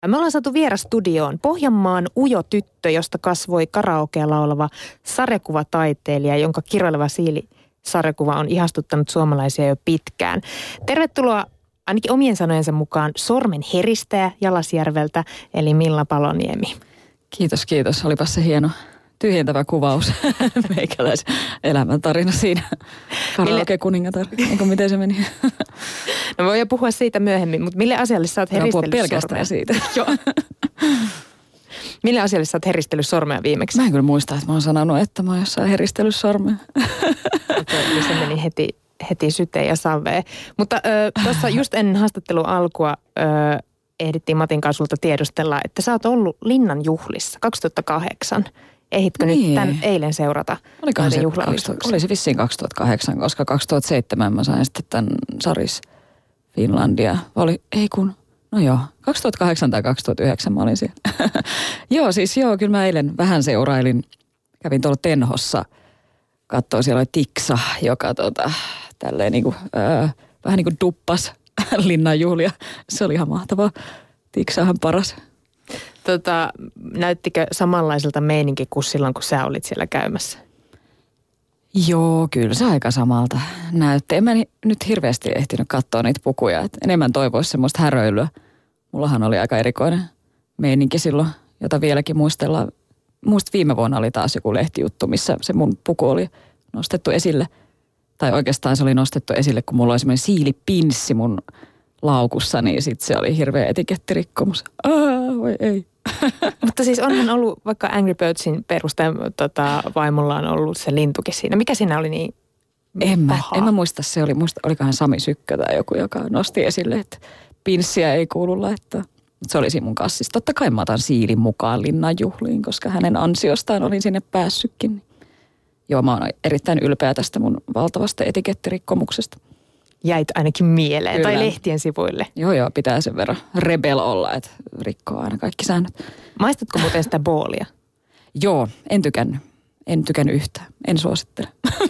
Me ollaan saatu vieras studioon Pohjanmaan ujo tyttö, josta kasvoi karaokea laulava sarjakuvataiteilija, jonka kiroileva siili-sarjakuva on ihastuttanut suomalaisia jo pitkään. Tervetuloa ainakin omien sanojensa mukaan sormen heristäjä Jalasjärveltä, eli Milla Paloniemi. Kiitos, kiitos. Olipas se hieno tyhjentävä kuvaus. Meikäläisen elämäntarina siinä. Karaoke-kuningatar. Eikö miten se meni? No voidaan puhua siitä myöhemmin, mutta mille asialle sä oot heristellyt pelkästään siitä. Joo. Mille asialle sä oot heristellyt sormea viimeksi? Mä en kyllä muista, että mä oon sanonut, että mä oon jossain heristellyt sormea. Okay, se meni heti syteen ja saveen. Mutta tuossa just ennen haastattelun alkua ehdittiin Matin kanssa sulta tiedustella, että sä oot ollut Linnan juhlissa 2008. Ehditkö nyt tämän eilen seurata? Olikohan se oli se vissiin 2008, koska 2007 mä sain sitten tämän Saris Finlandia. No joo, 2008 tai 2009 mä olin siellä. Joo, kyllä mä eilen vähän seurailin. Kävin tuolla Tenhossa, katsoin siellä oli Tiksa, joka tälleen niinku, vähän niin kuin duppas Linnan juhlia. Se oli ihan mahtavaa. Tiksahan paras. Näyttikö samanlaiselta meininki kuin silloin, kun sä olit siellä käymässä? Joo, kyllä se aika samalta näytti. En mä nyt hirveästi ehtinyt katsoa niitä pukuja. Et enemmän toivoisi semmoista häröilyä. Mullahan oli aika erikoinen meininki silloin, jota vieläkin muistellaan. Muista viime vuonna oli taas joku lehtijuttu, missä se mun puku oli nostettu esille. Tai oikeastaan se oli nostettu esille, kun mulla oli semmoinen siilipinssi mun laukussa, niin sitten se oli hirveä etikettirikkomus. Voi ei. Mutta siis onhan ollut, vaikka Angry Birdsin perustajan vaimolla on ollut se lintukin siinä. Mikä siinä oli niin pahaa? En mä muista, olikohan Sami Sykkö tai joku, joka nosti esille, että pinssiä ei kuulu laittaa. Mutta se oli siinä mun kassissa. Totta kai mä otan siilin mukaan Linnan juhliin, koska hänen ansiostaan olin sinne päässytkin. Joo, mä oon erittäin ylpeä tästä mun valtavasta etikettirikkomuksesta. Jäit ainakin mieleen, kyllä. Tai lehtien sivuille. Joo, pitää sen verran rebel olla, että rikkoo aina kaikki säännöt. Maistatko muuten sitä boolia? Joo, en tykännyt yhtään. En suosittele.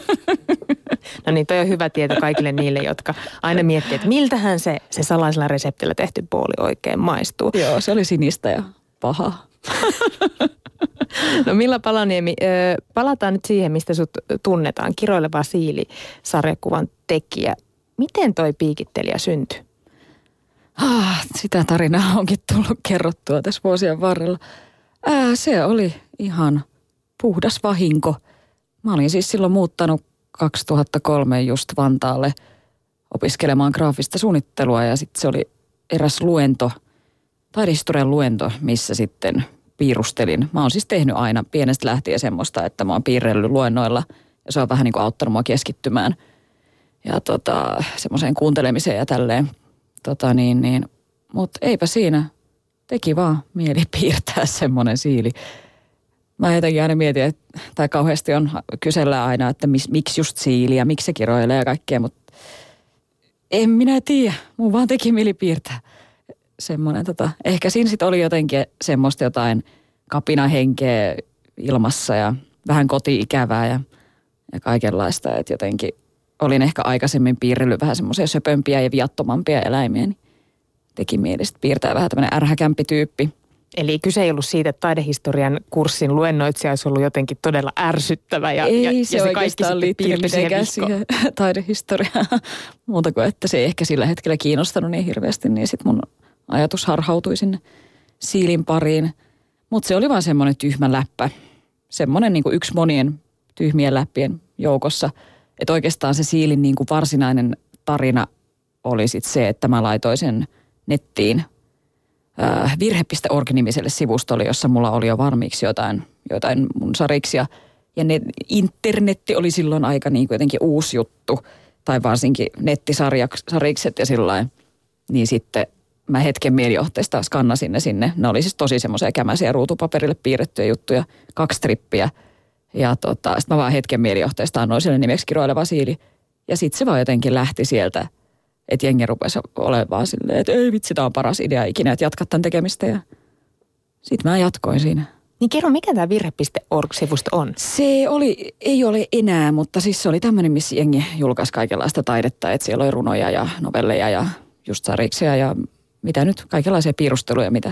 No niin, toi on hyvä tieto kaikille niille, jotka aina miettii, että miltähän se salaisella reseptillä tehty booli oikein maistuu. Joo, se oli sinistä ja paha. No Milla Paloniemi, palataan nyt siihen, mistä sut tunnetaan. Kiroileva siili-sarjakuvan tekijä. Miten toi piikittelijä syntyi? Sitä tarinaa onkin tullut kerrottua tässä vuosien varrella. Se oli ihan puhdas vahinko. Mä olin siis silloin muuttanut 2003 just Vantaalle opiskelemaan graafista suunnittelua ja sitten se oli eräs luento, taidehistorian luento, missä sitten piirustelin. Mä oon siis tehnyt aina pienestä lähtien semmoista, että mä oon piirrellyt luennoilla ja se on vähän niin kuin auttanut mua keskittymään ja semmoiseen kuuntelemiseen ja tälleen. Mutta eipä siinä. Teki vaan mieli piirtää semmoinen siili. Mä jotenkin aina mietin, tai kauheasti kysellään aina, että miksi just siili ja miksi se kiroilee ja kaikkea, mutta en minä tiedä. Mun vaan teki mieli piirtää semmoinen. Ehkä siinä sitten oli jotenkin semmoista jotain kapinahenkeä ilmassa ja vähän koti-ikävää ja kaikenlaista, että jotenkin olin ehkä aikaisemmin piirrellyt vähän semmoisia söpömpiä ja viattomampia eläimiä, niin teki mieli sitten piirtää vähän tämmöinen ärhäkämpi tyyppi. Eli kyse ei ollut siitä, että taidehistorian kurssin luennoitsija olisi ollut jotenkin todella ärsyttävä. Ei se oikeastaan liittynyt mitenkään siihen taidehistoriaan. Muuta kuin, että se ei ehkä sillä hetkellä kiinnostanut niin hirveästi, niin sitten mun ajatus harhautui sinne siilin pariin. Mutta se oli vaan semmoinen tyhmä läppä. Semmoinen niin kuin yksi monien tyhmien läppien joukossa. Että oikeastaan se siilin niin kuin varsinainen tarina oli sitten se, että mä laitoin sen nettiin virhe.org-nimiselle sivustolle, jossa mulla oli jo valmiiksi jotain mun sariksia. Ja internetti oli silloin aika niin kuin jotenkin uusi juttu, tai varsinkin nettisarikset ja sillain. Niin sitten mä hetken mielijohteesta skannasin ne sinne. Ne oli siis tosi semmoisia kämäisiä ruutupaperille piirrettyjä juttuja, 2 trippiä. Ja sitten mä vaan hetken mielijohteesta annoin sille nimeksi kiroileva siili. Ja sitten se vaan jotenkin lähti sieltä. Että jengi rupesi olemaan silleen, että ei vitsi, tämä on paras idea ikinä, että jatkat tämän tekemistä. Ja sitten mä jatkoin siinä. Niin kerro, mikä tämä virhe.org-sivusto on? Se ei ole enää, mutta siis se oli tämmöinen, missä jengi julkaisi kaikenlaista taidetta. Että siellä oli runoja ja novelleja ja just sariksia ja mitä nyt, kaikenlaisia piirusteluja, mitä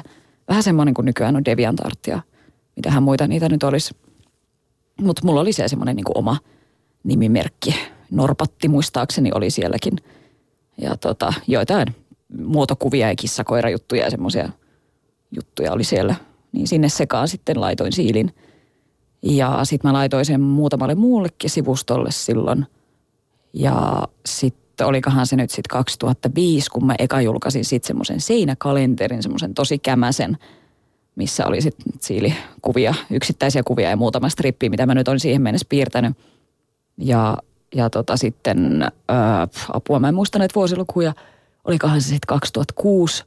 Vähän semmoinen kuin nykyään on DeviantArt ja mitähän muita niitä nyt olisi. Mutta mulla oli siellä semmoinen niin kuin oma nimimerkki. Norpatti muistaakseni oli sielläkin. Ja joitain muotokuvia ja kissakoirajuttuja ja semmoisia juttuja oli siellä. Niin sinne sekaan sitten laitoin siilin. Ja sitten mä laitoin sen muutamalle muullekin sivustolle silloin. Ja sitten olikohan se nyt sitten 2005, kun mä eka julkaisin sitten semmoisen seinäkalenterin, semmoisen tosi kämäsen, missä oli sitten siilikuvia, yksittäisiä kuvia ja muutama strippi, mitä mä nyt olin siihen mennessä piirtänyt. Ja sitten apua, mä en muista näitä vuosilukuja, olikohan se sitten 2006,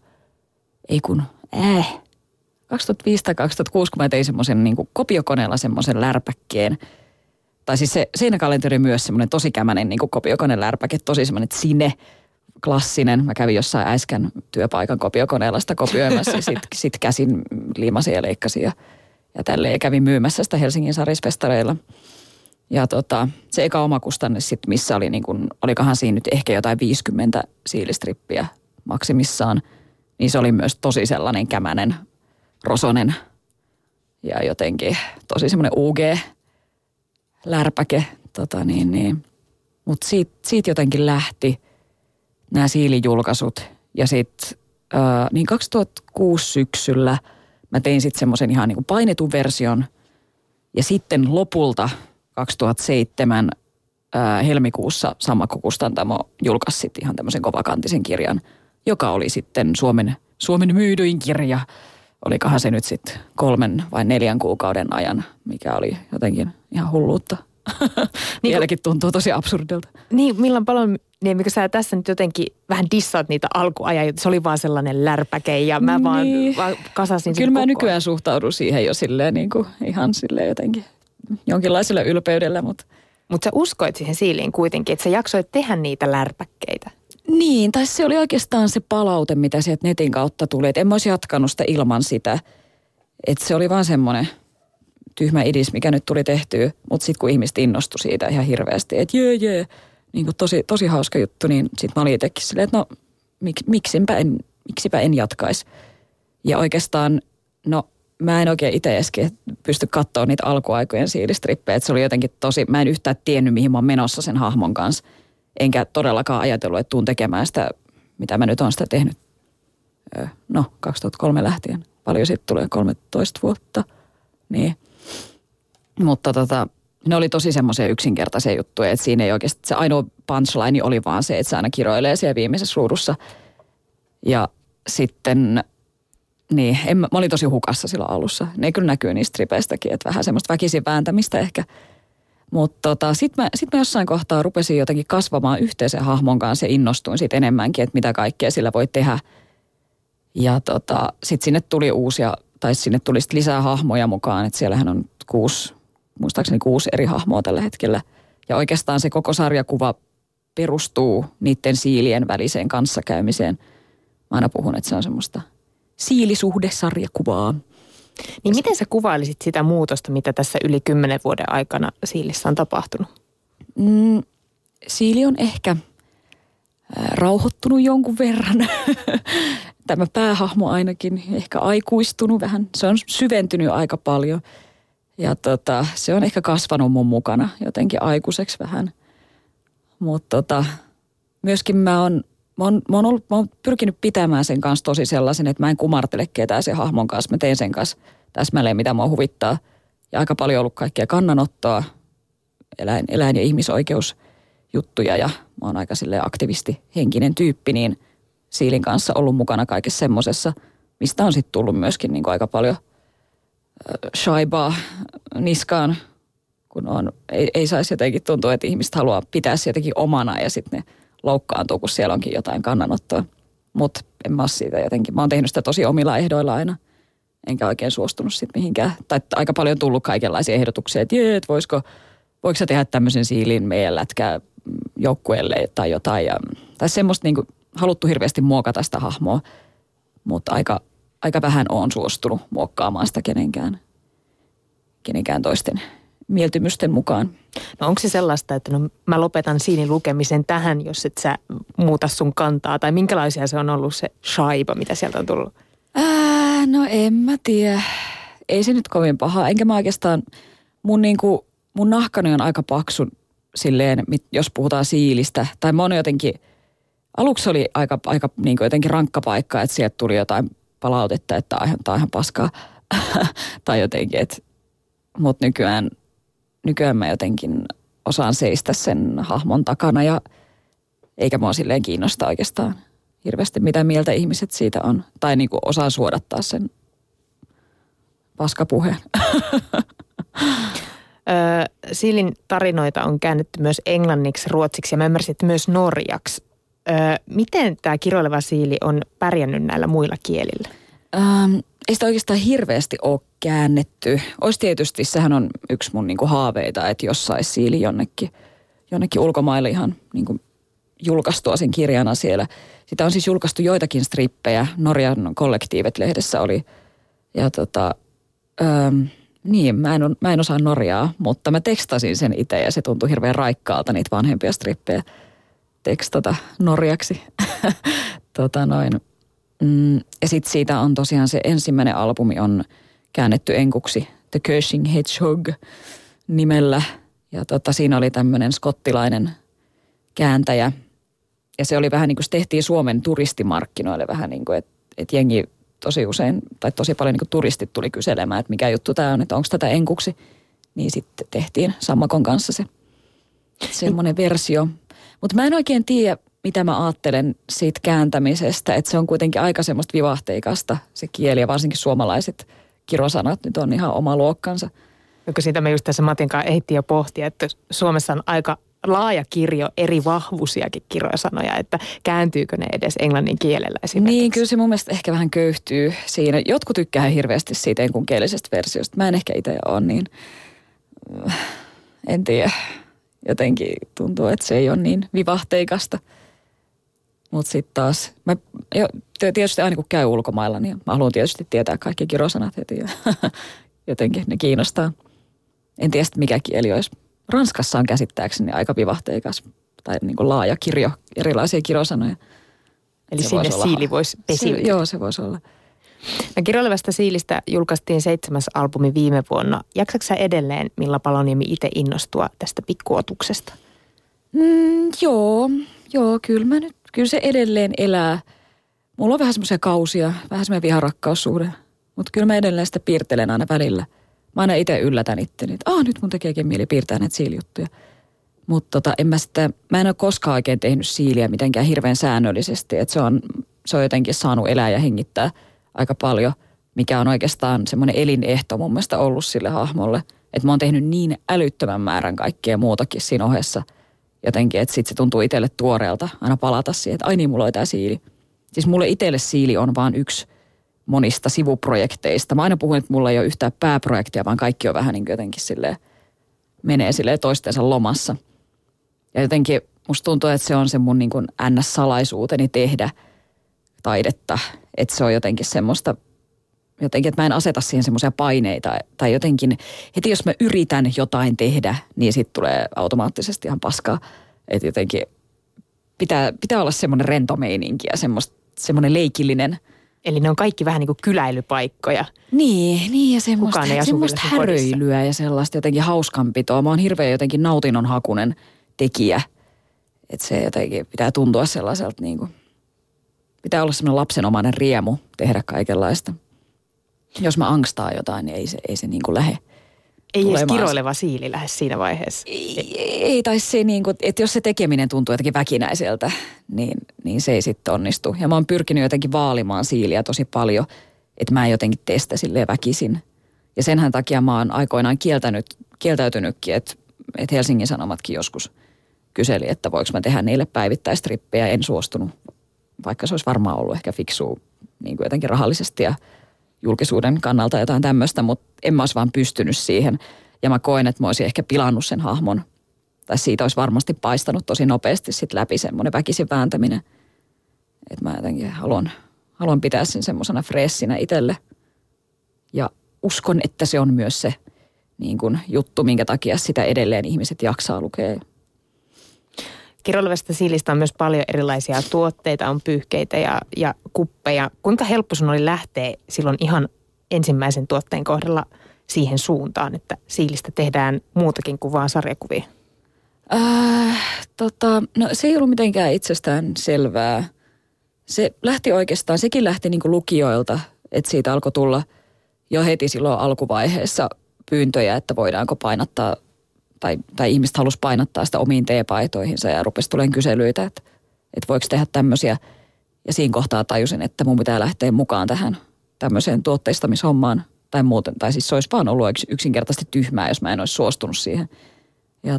2005 tai 2006, kun mä tein semmoisen niin kuin kopiokoneella semmoisen lärpäkkeen. Tai siis se seinäkalenteri myös semmoinen tosi kämäinen niin kuin kopiokonelärpäke, tosi semmoinen sine, klassinen. Mä kävin jossain äskän työpaikan kopiokoneella sitä kopioimassa ja sit käsin liimasin ja leikkasin ja tälleen. Ja kävin myymässä sitä Helsingin Sarisfestareilla. Ja se eka omakustanne sitten, missä oli niin kuin, olikohan siinä nyt ehkä jotain 50 siilistrippiä maksimissaan, niin se oli myös tosi sellainen kämänen, rosonen ja jotenkin tosi semmoinen UG-lärpäke. Mutta siitä jotenkin lähti nämä siilijulkaisut. Ja sitten niin 2006 syksyllä mä tein sitten semmoisen ihan niin kuin painetun version. Ja sitten lopulta 2007 helmikuussa Sammakko Kustantamo julkaisi sitten ihan tämmöisen kovakantisen kirjan, joka oli sitten Suomen myydyin kirja. Olikohan se nyt sitten 3 vai 4 kuukauden ajan, mikä oli jotenkin ihan hulluutta. Vieläkin tuntuu tosi absurdilta. Niin, Millan Paloniemi, kun sä tässä nyt jotenkin vähän dissaat niitä alkuajan, se oli vaan sellainen lärpäke ja mä niin. vaan kasasin kyllä mä nykyään suhtaudun siihen jo silleen niin kuin ihan silleen jotenkin jonkinlaisella ylpeydellä, mutta sä uskoit siihen siiliin kuitenkin, että sä jaksoit tehdä niitä lärpäkkeitä. Niin, tai se oli oikeastaan se palaute, mitä sieltä netin kautta tuli. Että en mä olisi jatkanut sitä ilman sitä. Että se oli vaan semmoinen tyhmä idis, mikä nyt tuli tehtyä. Mutta sitten kun ihmiset innostui siitä ihan hirveästi, että jee, niin kuin tosi hauska juttu, niin sitten mä olin itsekin silleen, että no miksipä en jatkaisi. Ja oikeastaan, no mä en oikein itse edes pysty katsoa niitä alkuaikojen siilistrippejä. Että se oli jotenkin mä en yhtään tiennyt, mihin mä oon menossa sen hahmon kanssa. Enkä todellakaan ajatellut, että tuun tekemään sitä, mitä mä nyt oon sitä tehnyt. 2003 lähtien. Paljon siitä tulee 13 vuotta. Niin. Mutta ne oli tosi semmoisia yksinkertaisia juttuja, että siinä ei oikeasti, se ainoa punchline oli vaan se, että se aina kiroilee siellä viimeisessä ruudussa. Ja sitten, niin, mä olin tosi hukassa silloin alussa. Ne kyllä näkyy niistä stripeistäkin, että vähän semmoista väkisin vääntämistä ehkä. Mutta sitten mä jossain kohtaa rupesin jotenkin kasvamaan yhteisen hahmon kanssa ja innostuin siitä enemmänkin, että mitä kaikkea sillä voi tehdä. Ja sitten sinne tuli sinne tuli sitten lisää hahmoja mukaan, että siellähän on 6 eri hahmoa tällä hetkellä. Ja oikeastaan se koko sarjakuva perustuu niiden siilien väliseen kanssakäymiseen. Mä aina puhun, että se on semmoista siilisuhde-sarjakuvaa. Niin miten sä kuvailisit sitä muutosta, mitä tässä yli 10 vuoden aikana siilissä on tapahtunut? Siili on ehkä rauhoittunut jonkun verran. Tämä päähahmo ainakin ehkä aikuistunut vähän. Se on syventynyt aika paljon. Ja se on ehkä kasvanut mun mukana jotenkin aikuiseksi vähän. Mutta myöskin mä oon pyrkinyt pitämään sen kanssa tosi sellaisen, että mä en kumartele ketään sen hahmon kanssa. Mä teen sen kanssa täsmälleen, mitä mua huvittaa. Ja aika paljon ollut kaikkea kannanottoa, eläin- ja ihmisoikeusjuttuja. Ja mä oon aika silleen aktivistihenkinen tyyppi, niin siilin kanssa ollut mukana kaikessa semmosessa, mistä on sitten tullut myöskin niin kuin aika paljon shaibaa niskaan, kun ei saisi jotenkin tuntua, että ihmiset haluaa pitää se jotenkin omana ja sitten ne loukkaantuu, kun siellä onkin jotain kannanottoa. Mutta en mä ole siitä jotenkin. Mä oon tehnyt sitä tosi omilla ehdoilla aina. Enkä oikein suostunut sitten mihinkään. Tai aika paljon tullut kaikenlaisia ehdotuksia, että voiko sä tehdä tämmöisen siilin meidän lätkäjoukkueelle tai jotain. Tai semmoista niinku haluttu hirveästi muokata sitä hahmoa. Mutta aika vähän oon suostunut muokkaamaan sitä kenenkään toisten mieltymysten mukaan. No onko se sellaista, että no mä lopetan siilin lukemisen tähän, jos et sä muuta sun kantaa? Tai minkälaisia se on ollut se shaiba, mitä sieltä on tullut? No en mä tiedä. Ei se nyt kovin paha. Enkä mä oikeastaan, mun nahkani on aika paksu silleen, jos puhutaan siilistä. Tai mä oon jotenkin, aluksi oli aika niin kuin jotenkin rankka paikka, että sieltä tuli jotain palautetta, että tää on ihan paskaa. Tai jotenkin, mutta nykyään mä jotenkin osaan seistä sen hahmon takana ja eikä mua silleen kiinnosta oikeastaan hirveästi, mitä mieltä ihmiset siitä on. Tai niin kuin osaan suodattaa sen paskapuheen. Siilin tarinoita on käännetty myös englanniksi, ruotsiksi ja mä ymmärsin, että myös norjaksi. Miten tämä kiroileva siili on pärjännyt näillä muilla kielillä? Ei sitä oikeastaan hirveästi ole käännetty. Olisi tietysti, sehän on yksi mun niinku haaveita, että jos saisi siili jonnekin ulkomaille ihan niinku julkaistua sen kirjana siellä. Sitä on siis julkaistu joitakin strippejä. Norjan Kollektiivet-lehdessä oli. Ja niin, mä en osaa norjaa, mutta mä tekstasin sen itse ja se tuntui hirveän raikkaalta niitä vanhempia strippejä tekstata norjaksi. Ja sitten siitä on tosiaan se ensimmäinen albumi on käännetty enkuksi The Cursing Hedgehog nimellä. Ja siinä oli tämmöinen skottilainen kääntäjä. Ja se oli vähän niin kuin se tehtiin Suomen turistimarkkinoille vähän niin kuin, että jengi tosi usein tai tosi paljon niin kuin turistit tuli kyselemään, että mikä juttu tämä on, että onko tätä enkuksi. Niin sitten tehtiin Sammakon kanssa se semmoinen versio. Mutta mä en oikein tiedä, mitä mä ajattelen siitä kääntämisestä, että se on kuitenkin aika semmoista vivahteikasta se kieli ja varsinkin suomalaiset kirosanat nyt on ihan oma luokkansa. Joka siitä me just tässä Matin kanssa ehdittiin jo pohtia, että Suomessa on aika laaja kirjo eri vahvuisiakin kirosanoja, että kääntyykö ne edes englannin kielellä esimerkiksi? Niin, kyllä se mun mielestä ehkä vähän köyhtyy siinä. Jotkut tykkää hirveästi siitä enkunkielisestä versiosta. Mä en ehkä itse ole niin, en tiedä. Jotenkin tuntuu, että se ei ole niin vivahteikasta. Mutta sitten taas, tietysti aina kun käy ulkomailla, niin mä haluan tietysti tietää kaikki kirosanat heti. Ja jotenkin ne kiinnostaa. En tiedä, mikä kieli olisi. Ranskassa on käsittääkseni aika vivahteikas tai niin kuin laaja kirjo erilaisia kirosanoja. Eli sinne siili voisi pesiytyä. Joo, se voisi olla. No, kiroilevasta siilistä julkaistiin 7. albumi viime vuonna. Jaksatko sä edelleen, Milla Paloniemi, itse innostua tästä pikkuotuksesta? Joo, kyllä se edelleen elää. Mulla on vähän semmoisia kausia, vähän semmoinen viharakkaussuhde. Mutta kyllä mä edelleen sitä piirtelen aina välillä. Mä aina itse yllätän itteni, että nyt mun tekeekin mieli piirtää näitä siilijuttuja. Mutta mä en ole koskaan oikein tehnyt siiliä mitenkään hirveän säännöllisesti. Että se on jotenkin saanut elää ja hengittää aika paljon, mikä on oikeastaan semmoinen elinehto mun mielestä ollut sille hahmolle. Että mä oon tehnyt niin älyttömän määrän kaikkea muutakin siinä ohessa jotenkin, että sit se tuntuu itselle tuoreelta aina palata siihen, että ai niin, mulla oli tää siili. Siis mulle itselle siili on vaan yksi monista sivuprojekteista. Mä aina puhun, että mulla ei ole yhtään pääprojektia, vaan kaikki on vähän niin kuin jotenkin silleen, menee silleen toistensa lomassa. Ja jotenkin musta tuntuu, että se on se mun niin kuin NS-salaisuuteni tehdä taidetta. Että se on jotenkin semmoista, että mä en aseta siihen semmoisia paineita. Tai jotenkin, heti jos mä yritän jotain tehdä, niin sit tulee automaattisesti ihan paskaa. Että jotenkin pitää olla semmoinen rento meininki ja semmoinen leikillinen. Eli ne on kaikki vähän niin kuin kyläilypaikkoja. Niin ja semmoista häröilyä ja sellaista jotenkin hauskanpitoa. Mä oon hirveän jotenkin nautinnonhakunen tekijä. Että se jotenkin pitää tuntua sellaiselta niin kuin, pitää olla semmoinen lapsenomainen riemu tehdä kaikenlaista. Jos mä angstaa jotain, niin ei se niin kuin lähde. Ei edes kiroileva siili lähde siinä vaiheessa. Ei tai se niin kuin, että jos se tekeminen tuntuu jotenkin väkinäiseltä, niin se ei sitten onnistu. Ja mä oon pyrkinyt jotenkin vaalimaan siiliä tosi paljon, että mä en jotenkin tee sitä silleen väkisin. Ja senhän takia mä oon aikoinaan kieltäytynytkin, että Helsingin Sanomatkin joskus kyseli, että voiko mä tehdä niille päivittäistrippejä. En suostunut, vaikka se olisi varmaan ollut ehkä fiksua niin kuin jotenkin rahallisesti ja julkisuuden kannalta jotain tämmöistä, mutta en mä olisi vaan pystynyt siihen. Ja mä koen, että mä olisin ehkä pilannut sen hahmon. Tai siitä olisi varmasti paistanut tosi nopeasti sit läpi semmoinen väkisin vääntäminen. Että mä jotenkin haluan pitää sen semmoisena freessinä itselle. Ja uskon, että se on myös se niin kun juttu, minkä takia sitä edelleen ihmiset jaksaa lukea. Kiroilevasta siilistä on myös paljon erilaisia tuotteita, on pyyhkeitä ja kuppeja. Kuinka helppo sun oli lähteä silloin ihan ensimmäisen tuotteen kohdalla siihen suuntaan, että siilistä tehdään muutakin kuin vaan sarjakuvia? No se ei ollut mitenkään itsestään selvää. Sekin lähti niin kuin lukijoilta, että siitä alkoi tulla jo heti silloin alkuvaiheessa pyyntöjä, että voidaanko painattaa, tai ihmiset halusi painattaa sitä omiin teepaitoihinsa ja rupesi tulemaan kyselyitä, että voiko tehdä tämmöisiä. Ja siinä kohtaa tajusin, että mun pitää lähteä mukaan tähän tämmöiseen tuotteistamishommaan tai muuten. Tai siis se olisi vaan ollut yksinkertaisesti tyhmää, jos mä en olisi suostunut siihen. Ja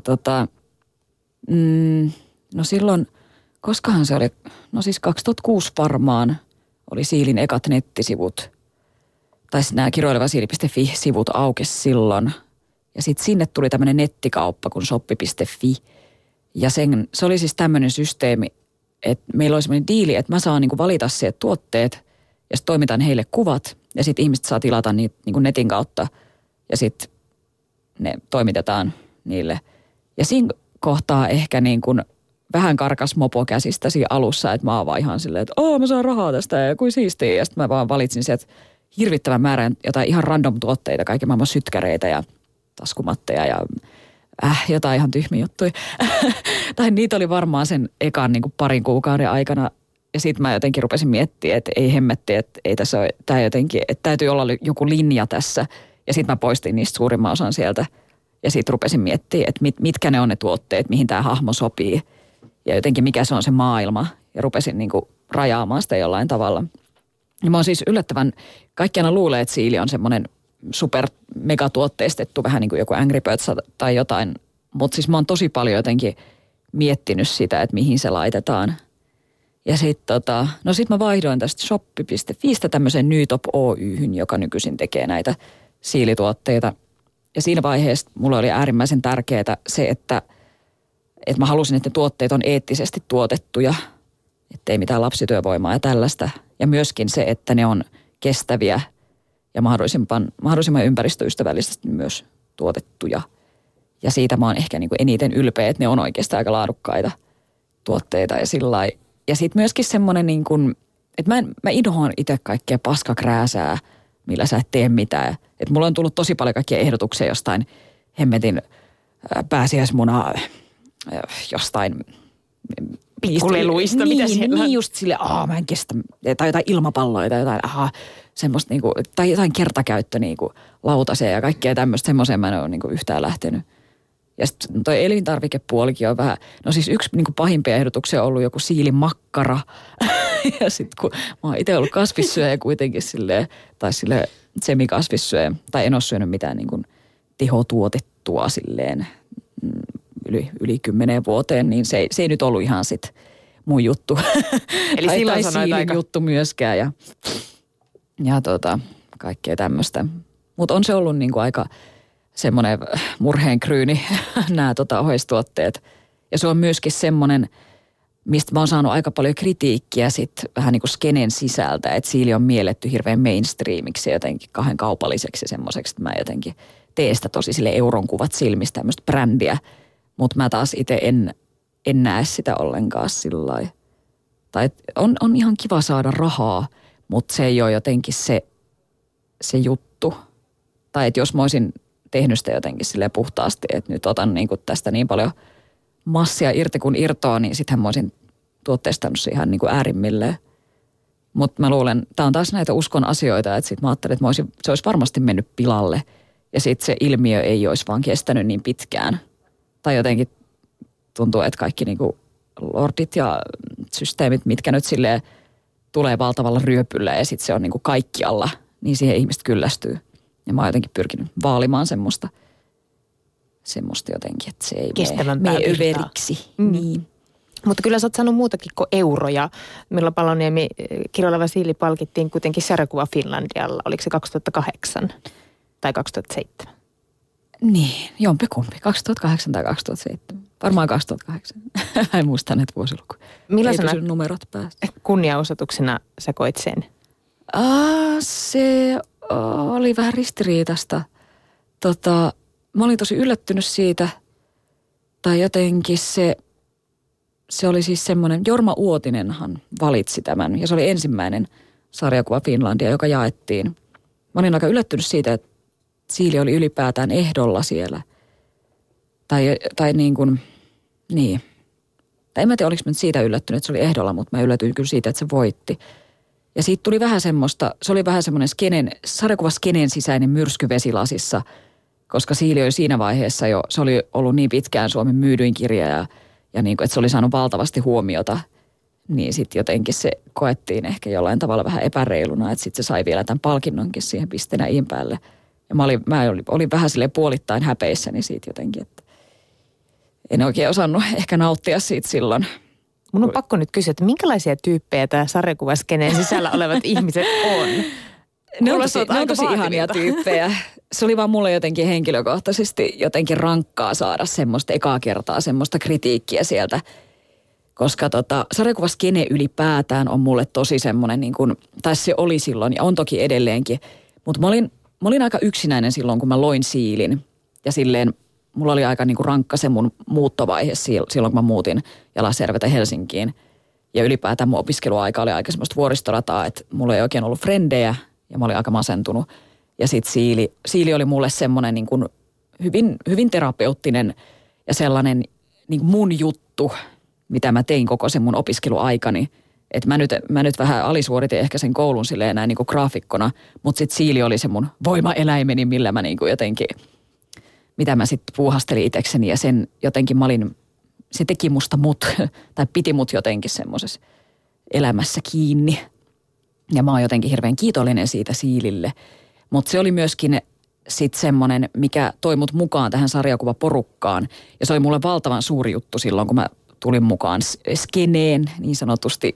no silloin, koskahan se oli, no siis 2006 varmaan oli Siilin ekat nettisivut. Tai nämä kiroilevasiili.fi-sivut aukesi silloin. Ja sitten sinne tuli tämmöinen nettikauppa kuin shoppi.fi. Ja se oli siis tämmöinen systeemi, että meillä oli semmoinen diili, että mä saan niinku valita sieltä tuotteet ja sitten toimitan heille kuvat. Ja sitten ihmiset saa tilata niitä niinku netin kautta ja sitten ne toimitetaan niille. Ja siinä kohtaa ehkä niin kuin vähän karkas mopo käsistä siinä alussa, että mä oon vaan ihan silleen, että mä saan rahaa tästä ja kuin siistiä. Ja sitten mä vaan valitsin sieltä hirvittävän määrän jotain ihan random tuotteita, kaiken maailman sytkäreitä ja taskumatteja ja jotain ihan tyhmiä juttuja. Tai niitä oli varmaan sen ekan niin kuin parin kuukauden aikana. Ja sitten mä jotenkin rupesin miettimään, että ei hemmetti, että ei tässä ole, tää jotenkin, että täytyy olla joku linja tässä. Ja sitten mä poistin niistä suurimman osan sieltä. Ja sitten rupesin miettimään, että mitkä ne on ne tuotteet, mihin tämä hahmo sopii. Ja jotenkin mikä se on se maailma. Ja rupesin niin kuin rajaamaan sitä jollain tavalla. Ja mä oon siis yllättävän, kaikki aina luulee, että siili on semmoinen super megatuotteistettu, vähän niin kuin joku Angry Birds tai jotain. Mutta siis mä oon tosi paljon jotenkin miettinyt sitä, että mihin se laitetaan. Ja sitten sit mä vaihdoin tästä shoppi.fiistä tämmöiseen Nytop Oyhyn, joka nykyisin tekee näitä siilituotteita. Ja siinä vaiheessa mulle oli äärimmäisen tärkeää se, että mä halusin, että ne tuotteet on eettisesti tuotettuja, ettei mitään lapsityövoimaa ja tällaista. Ja myöskin se, että ne on kestäviä ja mahdollisimman ympäristöystävällisesti myös tuotettuja. Ja siitä mä oon ehkä niin kuin eniten ylpeä, että ne on oikeastaan aika laadukkaita tuotteita ja sillä ja sitten myöskin semmoinen niin kuin, että mä inhoan itse kaikkea paskakrääsää, millä sä et tee mitään. Että mulla on tullut tosi paljon kaikkia ehdotuksia jostain hemmetin pääsiäismuna jostain pikkuleluista, mitä siellä on. Niin just silleen, mä en kestä, tai jotain ilmapalloja tai jotain, semmoista niinku, tai jotain kertakäyttö niinku lautasia ja kaikkea tämmöistä, semmoiseen mä en ole niinku yhtään lähtenyt. Ja sitten toi elintarvikepuolikin on vähän, no siis yksi niinku pahimpia ehdotuksia on ollut joku siilimakkara. Ja sitten kun mä oon itse ollut kasvissyöjä kuitenkin silleen, tai silleen semikasvissyöjä, tai en ole syönyt mitään niinku tehotuotettua silleen yli 10 vuoteen, niin se ei nyt ollut ihan sit mun juttu. Eli silloin sanoit siilin aika juttu myöskään ja kaikkea tämmöistä. Mutta on se ollut niinku aika semmoinen murheenkryyni nämä oheistuotteet. Ja se on myöskin semmoinen, mistä mä oon saanut aika paljon kritiikkiä sit vähän niin kuin skenen sisältä, että siili on mielletty hirveän mainstreamiksi ja jotenkin kahden kaupalliseksi semmoiseksi, että mä jotenkin teen sitä tosi sille euron kuvat silmistä tämmöistä brändiä. Mutta mä taas itse en näe sitä ollenkaan sillä lailla. Tai on ihan kiva saada rahaa, mutta se ei ole jotenkin se juttu. Tai että jos mä olisin tehnyt sitä jotenkin silleen puhtaasti, että nyt otan niinku tästä niin paljon massia irti kuin irtoa, niin sittenhän mä olisin tuotteistanut se ihan niinku äärimmilleen. Mutta mä luulen, tää on taas näitä uskon asioita, että sit mä ajattelin, että se olisi varmasti mennyt pilalle. Ja sitten se ilmiö ei olisi vaan kestänyt niin pitkään. Tai jotenkin tuntuu, että kaikki niinku lordit ja systeemit, mitkä nyt silleen tulee valtavalla ryöpyllä ja sitten se on niinku kaikkialla, niin siihen ihmiset kyllästyy. Ja mä oon jotenkin pyrkinyt vaalimaan semmoista jotenkin, että se ei mene överiksi. Niin. Mutta kyllä sä oot saanut muutakin kuin euroja. Milla Paloniemi Kiroileva siili palkittiin kuitenkin sarjakuva Finlandialla. Oliko se 2008 tai 2007? Niin, jompikumpi. 2008 tai 2007. Varmaan 2008. En muista näitä vuosilukuja. Millaisena ei pysy numerot päästä. Kunniaosoituksena sä koit sen? Se oli vähän ristiriitasta. Mä olin tosi yllättynyt siitä. Tai jotenkin se, se oli siis semmoinen, Jorma Uotinenhan valitsi tämän. Ja se oli ensimmäinen sarjakuva Finlandia, joka jaettiin. Mä olin aika yllättynyt siitä, että siili oli ylipäätään ehdolla siellä. Tai niin kuin, niin. Tai en mä tiedä, oliko mä nyt siitä yllättynyt, että se oli ehdolla, mutta mä yllätyin kyllä siitä, että se voitti. Ja siitä tuli vähän semmoista, se oli vähän semmoinen sarjakuva skenen sisäinen myrsky vesilasissa, koska siili oli siinä vaiheessa jo, se oli ollut niin pitkään Suomen myydyin kirja ja niin kuin, että se oli saanut valtavasti huomiota, niin sitten jotenkin se koettiin ehkä jollain tavalla vähän epäreiluna, että sitten se sai vielä tämän palkinnonkin siihen pisteenä iin päälle. Ja mä olin vähän silleen puolittain häpeissäni siitä jotenkin, että en oikein osannut ehkä nauttia siitä silloin. Mun on pakko nyt kysyä, että minkälaisia tyyppejä tämä sarjakuvaskeneen sisällä olevat ihmiset on? Ne on tosi ihania tyyppejä. Se oli vaan mulle jotenkin henkilökohtaisesti jotenkin rankkaa saada semmoista ekaa kertaa, semmoista kritiikkiä sieltä. Koska sarjakuvaskene ylipäätään on mulle tosi semmoinen, niin kuin, tai se oli silloin ja on toki edelleenkin. Mutta mä olin aika yksinäinen silloin, kun mä loin siilin. Ja silleen mulla oli aika niin kuin rankka se mun muuttovaihe silloin, kun mä muutin Jalasjärveltä Helsinkiin. Ja ylipäätään mun opiskeluaika oli aika semmoista vuoristorataa, että mulla ei oikein ollut frendejä ja mä olin aika masentunut. Ja sit siili oli mulle semmoinen niin kuin hyvin terapeuttinen ja sellainen niin kuin mun juttu, mitä mä tein koko sen mun opiskeluaikani. Että mä nyt vähän alisuoritin ehkä sen koulun silleen näin niin kuin graafikkona, mutta sit siili oli se mun voimaeläimeni, millä mä niin kuin jotenkin, mitä mä sitten puuhastelin itsekseni ja sen jotenkin se teki musta tai piti mut jotenkin semmoisessa elämässä kiinni. Ja mä oon jotenkin hirveän kiitollinen siitä siilille. Mutta se oli myöskin sitten semmoinen, mikä toi mut mukaan tähän sarjakuvaporukkaan. Ja se oli mulle valtavan suuri juttu silloin, kun mä tulin mukaan skeneen niin sanotusti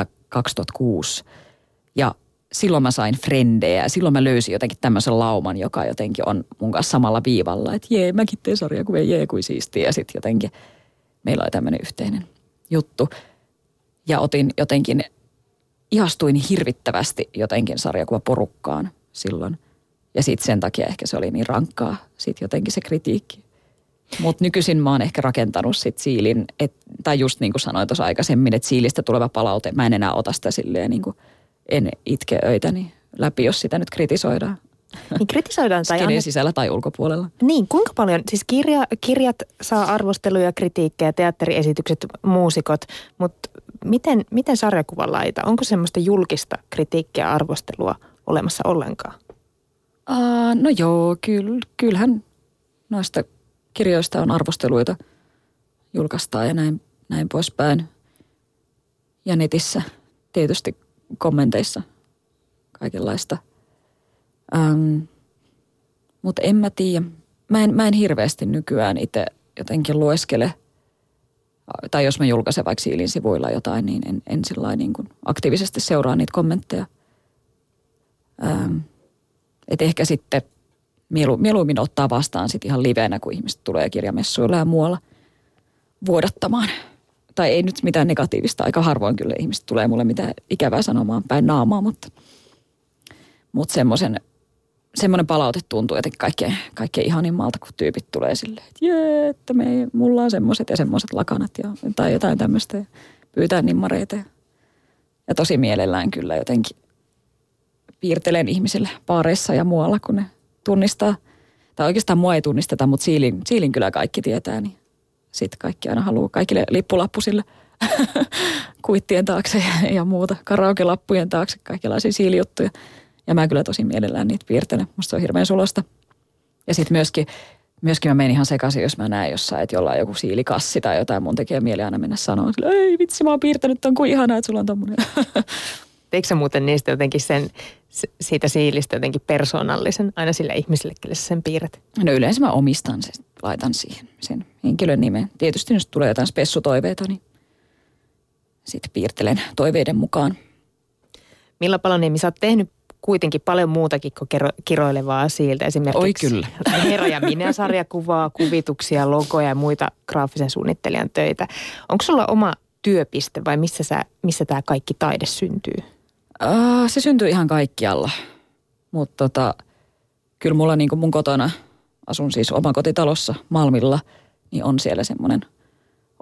2006. Ja silloin mä sain frendejä ja silloin mä löysin jotenkin tämmöisen lauman, joka jotenkin on mun kanssa samalla viivalla. Että jee, mäkin teen sarjakuvia, jee, kuin siistiä. Ja sitten jotenkin meillä oli tämmöinen yhteinen juttu. Ja ihastuin hirvittävästi jotenkin sarjakuvaporukkaan silloin. Ja sitten sen takia ehkä se oli niin rankkaa sitten jotenkin se kritiikki. Mutta nykyisin mä oon ehkä rakentanut sit siilin, tai just niin kuin sanoin tuossa aikaisemmin, että siilistä tuleva palaute, mä en enää ota sitä silleen niin kuin en itke öitäni läpi, jos sitä nyt kritisoidaan. Niin kritisoidaan tai skenen sisällä tai ulkopuolella. Niin, kuinka paljon, siis kirjat saa arvosteluja, kritiikkejä, teatteriesitykset, muusikot, mutta miten sarjakuvan laita? Onko semmoista julkista kritiikkiä, arvostelua olemassa ollenkaan? No joo, kyllähän noista kirjoista on arvosteluita julkaistaan ja näin poispäin. Ja netissä tietysti kommenteissa kaikenlaista. Mutta en mä tiedä. Mä en hirveästi nykyään itse jotenkin lueskele. Tai jos mä julkaisen vaikka siilin sivuilla jotain, niin en sillä niin kuin aktiivisesti seuraa niitä kommentteja. Että ehkä sitten mieluummin ottaa vastaan sit ihan livenä, kun ihmiset tulee kirjamessuilla ja muualla vuodattamaan. Tai ei nyt mitään negatiivista, aika harvoin kyllä ihmiset tulee mulle mitään ikävää sanomaan päin naamaa, mutta semmoinen palaute tuntuu jotenkin kaikkein ihanimmalta, kun tyypit tulee silleen, että jee, että mulla on semmoiset ja semmoiset lakanat tai jotain tämmöistä ja pyytää nimmareita. Ja tosi mielellään kyllä jotenkin piirtelen ihmisille baareissa ja muualla, kun ne tunnistaa. Tai oikeastaan mua ei tunnisteta, mutta siilin kyllä kaikki tietää, niin sitten kaikki aina haluaa kaikille lippulappu sille kuittien taakse ja muuta, karaoke-lappujen taakse, kaikenlaisia siilijuttuja. Ja mä kyllä tosi mielellään niitä piirtelen. Musta se on hirveän sulosta. Ja sitten myöskin mä menen ihan sekaisin, jos mä näen jossain, että jollain joku siilikassi tai jotain. Mun tekee mieli aina mennä sanoa, että ei vitsi, mä oon piirtänyt ton, kuin ihanaa, että sulla on tommonen. Teikö sä muuten niistä jotenkin siitä siilistä jotenkin persoonallisen aina sille ihmiselle, kelle sä sen piirrät? No yleensä mä omistan sen, laitan siihen sen henkilön nimen. Tietysti jos tulee jotain spessutoiveita, niin sitten piirtelen toiveiden mukaan. Milla Paloniemi, sä oot tehnyt kuitenkin paljon muutakin kuin kiroilevaa siiltä. Esimerkiksi Hero ja minä -sarjakuvaa, kuvituksia, logoja ja muita graafisen suunnittelijan töitä. Onko sulla oma työpiste vai missä tämä kaikki taide syntyy? Se syntyy ihan kaikkialla. Mutta kyllä mulla niin kuin mun kotona, asun siis omakotitalossa Malmilla, niin on siellä semmoinen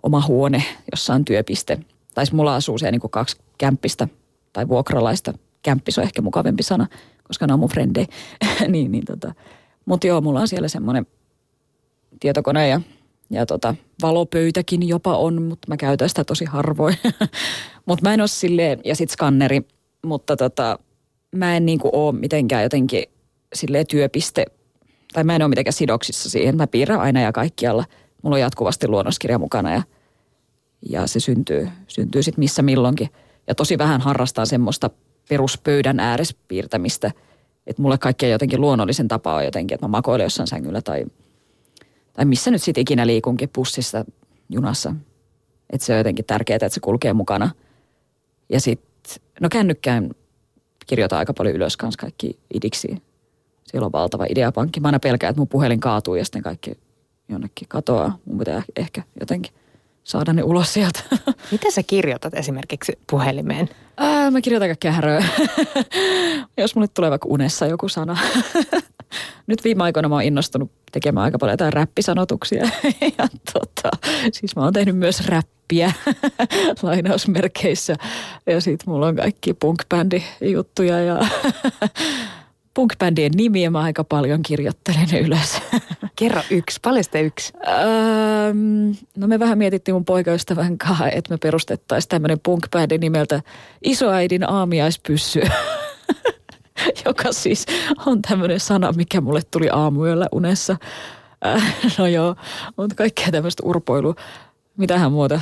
oma huone, jossa on työpiste. Tai mulla asuu siellä niin kuin 2 kämppistä tai vuokralaista. Kämppis on ehkä mukavempi sana, koska ne on mun frendejä. Mutta joo, mulla on siellä semmoinen tietokone ja valopöytäkin jopa on, mutta mä käytän sitä tosi harvoin. Mutta mä en ole silleen, ja sit skanneri, mutta mä en niinku ole mitenkään jotenkin silleen työpiste, tai mä en ole mitenkään sidoksissa siihen. Mä piirrän aina ja kaikkialla. Mulla on jatkuvasti luonnoskirja mukana ja se syntyy sit missä milloinkin. Ja tosi vähän harrastaa semmoista peruspöydän ääressä piirtämistä, että mulle kaikkein jotenkin luonnollisen tapa on jotenkin, että mä makoilen jossain sängyllä tai missä nyt sitten ikinä liikunkin, bussissa, junassa. Että se on jotenkin tärkeää, että se kulkee mukana. Ja sitten, no kännykkään kirjoitan aika paljon ylös kanssa kaikki idiksiä. Siellä on valtava ideapankki. Mä aina pelkään, että mun puhelin kaatuu ja sitten kaikki jonnekin katoaa. Mun pitää ehkä jotenkin saada ne ulos sieltä. Mitä sä kirjoitat esimerkiksi puhelimeen? Mä kirjoitan kaikkea häröä. Jos mulle tulee vaikka unessa joku sana. Nyt viime aikoina mä oon innostunut tekemään aika paljon jotain räppisanotuksia. Ja siis mä oon tehnyt myös räppiä lainausmerkeissä. Ja sit mulla on kaikki punk-bändi-juttuja ja punk-bändien nimiä mä aika paljon kirjoittelen ylös. Kerro yksi, paljasta yksi. No me vähän mietittiin mun poikaystävän kanssa, että me perustettaisiin tämmöinen punk-bändi nimeltä Isoäidin aamiaispyssy. Joka siis on tämmöinen sana, mikä mulle tuli aamuyöllä unessa. No joo, on kaikkea tämmöistä urpoilua. Mitähän muuta?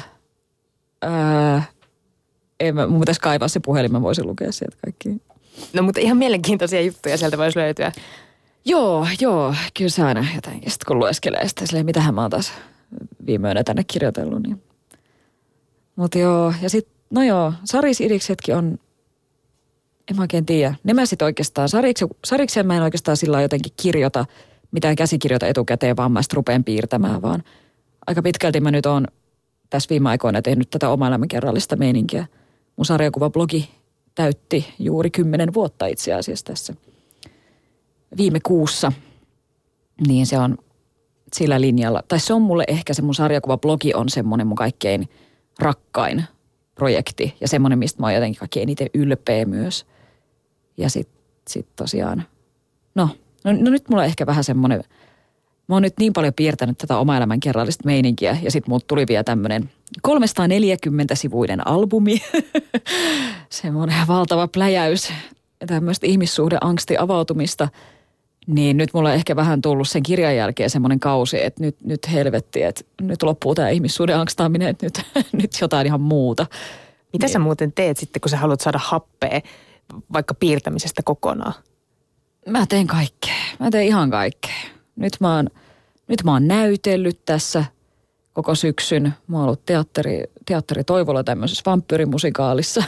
Mun pitäisi kaivaa se puhelin, mä voisin lukea sieltä kaikki. No mutta ihan mielenkiintoisia juttuja sieltä voisi löytyä. Joo, kyllä se aina jotenkin. Sitten kun lueskelee sitä silleen, mitähän mä oon taas viime yönä tänne kirjoitellut. Niin. Mutta joo, ja sitten, no joo, sarisidiksetkin on, en mä oikein tiedä. Ne mä sit oikeastaan, sariksen mä en oikeastaan sillä jotenkin kirjoita, mitään käsikirjoita etukäteen, vaan mä sit rupeen piirtämään, vaan aika pitkälti mä nyt oon tässä viime aikoina tehnyt tätä oma elämänkerrallista meininkiä. Mun sarjakuvablogi täytti juuri 10 vuotta itse asiassa tässä viime kuussa, niin se on sillä linjalla. Tai se on mulle ehkä se mun sarjakuvablogi on semmoinen mun kaikkein rakkain projekti ja semmoinen, mistä mä oon jotenkin kaikkein eniten ylpeä myös. Ja sit tosiaan, no nyt mulla on ehkä vähän semmoinen, mä oon nyt niin paljon piirtänyt tätä oma elämän kerrallista meininkiä ja sit muut tuli vielä tämmöinen 340-sivuinen albumi. Semmoinen valtava pläjäys tämmöistä ihmissuhdeangsti avautumista. Niin nyt mulla on ehkä vähän tullut sen kirjan jälkeen semmoinen kausi, että nyt helvetti, että nyt loppuu tämä ihmissuhdeangstaaminen, että nyt jotain ihan muuta. Mitä sä muuten teet sitten, kun sä haluat saada happea vaikka piirtämisestä kokonaan? Mä teen kaikkea. Mä teen ihan kaikkea. Nyt mä oon näytellyt tässä koko syksyn. Mä oon ollut teatteri Toivola tämmöisessä vampyyrimusikaalissa.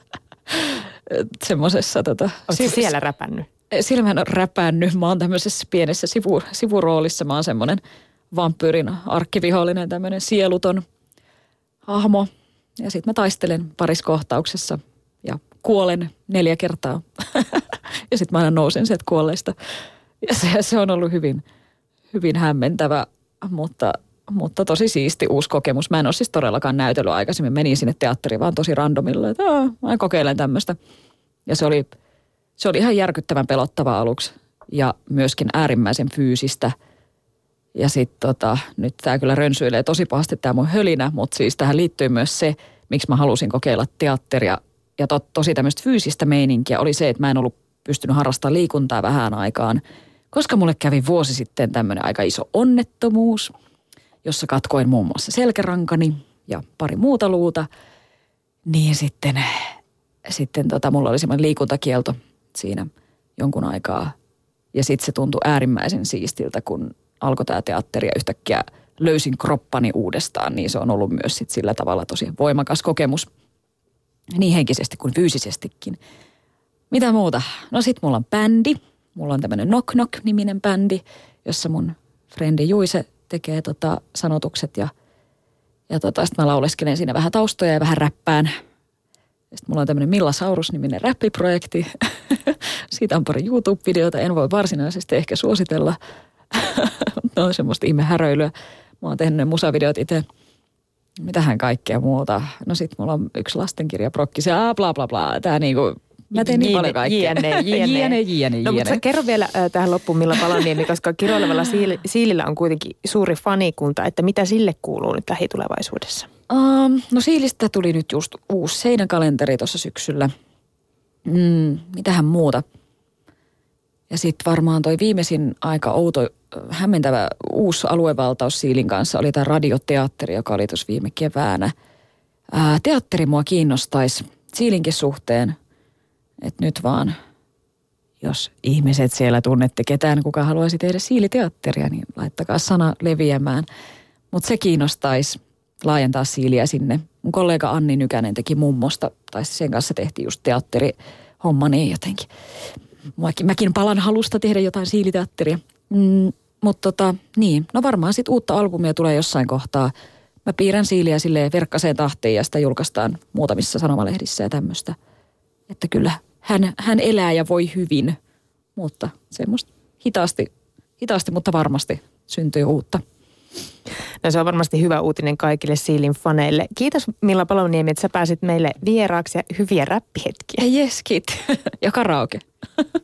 Semmosessa Oletko siellä räpännyt? Siellä mä en ole räpännyt. Mä oon tämmöisessä pienessä sivuroolissa. Mä oon semmoinen vampyyrin arkkivihollinen, tämmöinen sieluton hahmo. Ja sit mä taistelen parissa kohtauksessa ja kuolen 4 kertaa. Ja sit mä aina nousen sieltä kuolleista. Ja se on ollut hyvin hämmentävä, mutta tosi siisti uusi kokemus. Mä en ole siis todellakaan näytellyt aikaisemmin. Menin sinne teatteriin vaan tosi randomilla, että mä kokeilen tämmöistä. Ja se oli ihan järkyttävän pelottava aluksi ja myöskin äärimmäisen fyysistä. Ja sitten nyt tää kyllä rönsyilee tosi pahasti tää mun hölinä, mutta siis tähän liittyy myös se, miksi mä halusin kokeilla teatteria. Ja tosi tämmöistä fyysistä meininkiä oli se, että mä en ollut pystynyt harrastamaan liikuntaa vähän aikaan, koska mulle kävi vuosi sitten tämmöinen aika iso onnettomuus, jossa katkoin muun muassa selkärankani ja pari muuta luuta. Niin sitten mulla oli semmoinen liikuntakielto siinä jonkun aikaa. Ja sitten se tuntui äärimmäisen siistiltä, kun alkoi tämä teatteri ja yhtäkkiä löysin kroppani uudestaan. Niin se on ollut myös sit sillä tavalla tosi voimakas kokemus. Niin henkisesti kuin fyysisestikin. Mitä muuta? No sit mulla on bändi. Mulla on tämmöinen Knock Knock-niminen bändi, jossa mun frendi Juise tekee sanotukset ja sitten mä lauleskelen siinä vähän taustoja ja vähän räppään. Sitten mulla on tämmöinen Milla Saurus-niminen räppiprojekti. Siitä on pari YouTube-videota, en voi varsinaisesti ehkä suositella. No semmoista ihmehäröilyä. Mä oon tehnyt ne musavideot itse. Mitähän kaikkea muuta. No sit mulla on yksi lastenkirjaprokki, se bla bla bla. Tää niinku, mä teen niin paljon kaikkea. Jne. No mutta sä kerro vielä tähän loppuun Milla Paloniemi, koska kiroilevalla siilillä on kuitenkin suuri fanikunta, että mitä sille kuuluu nyt lähitulevaisuudessa? No siilistä tuli nyt just uusi seinäkalenteri tuossa syksyllä. Mitähän muuta? Ja sitten varmaan toi viimeisin aika outo, hämmentävä uusi aluevaltaus siilin kanssa oli tämä radioteatteri, joka oli tuossa viime keväänä. Teatteri mua kiinnostaisi siilinkin suhteen, että nyt vaan, jos ihmiset siellä tunnette ketään, kuka haluaisi tehdä siiliteatteria, niin laittakaa sana leviämään. Mutta se kiinnostaisi laajentaa siiliä sinne. Mun kollega Anni Nykänen teki mummosta, tai sen kanssa tehtiin just teatterihomma, niin jotenkin. Mäkin palan halusta tehdä jotain siiliteatteria. Mutta niin, no varmaan sitten uutta albumia tulee jossain kohtaa. Mä piirrän siiliä silleen verkkaseen tahtiin ja sitä julkaistaan muutamissa sanomalehdissä ja tämmöistä. Että kyllä hän elää ja voi hyvin, mutta semmoista hitaasti, mutta varmasti syntyy uutta. No se on varmasti hyvä uutinen kaikille siilin faneille. Kiitos Milla Paloniemi, että sä pääsit meille vieraaksi ja hyviä räppihetkiä. Yes, kit. Ja karaoke.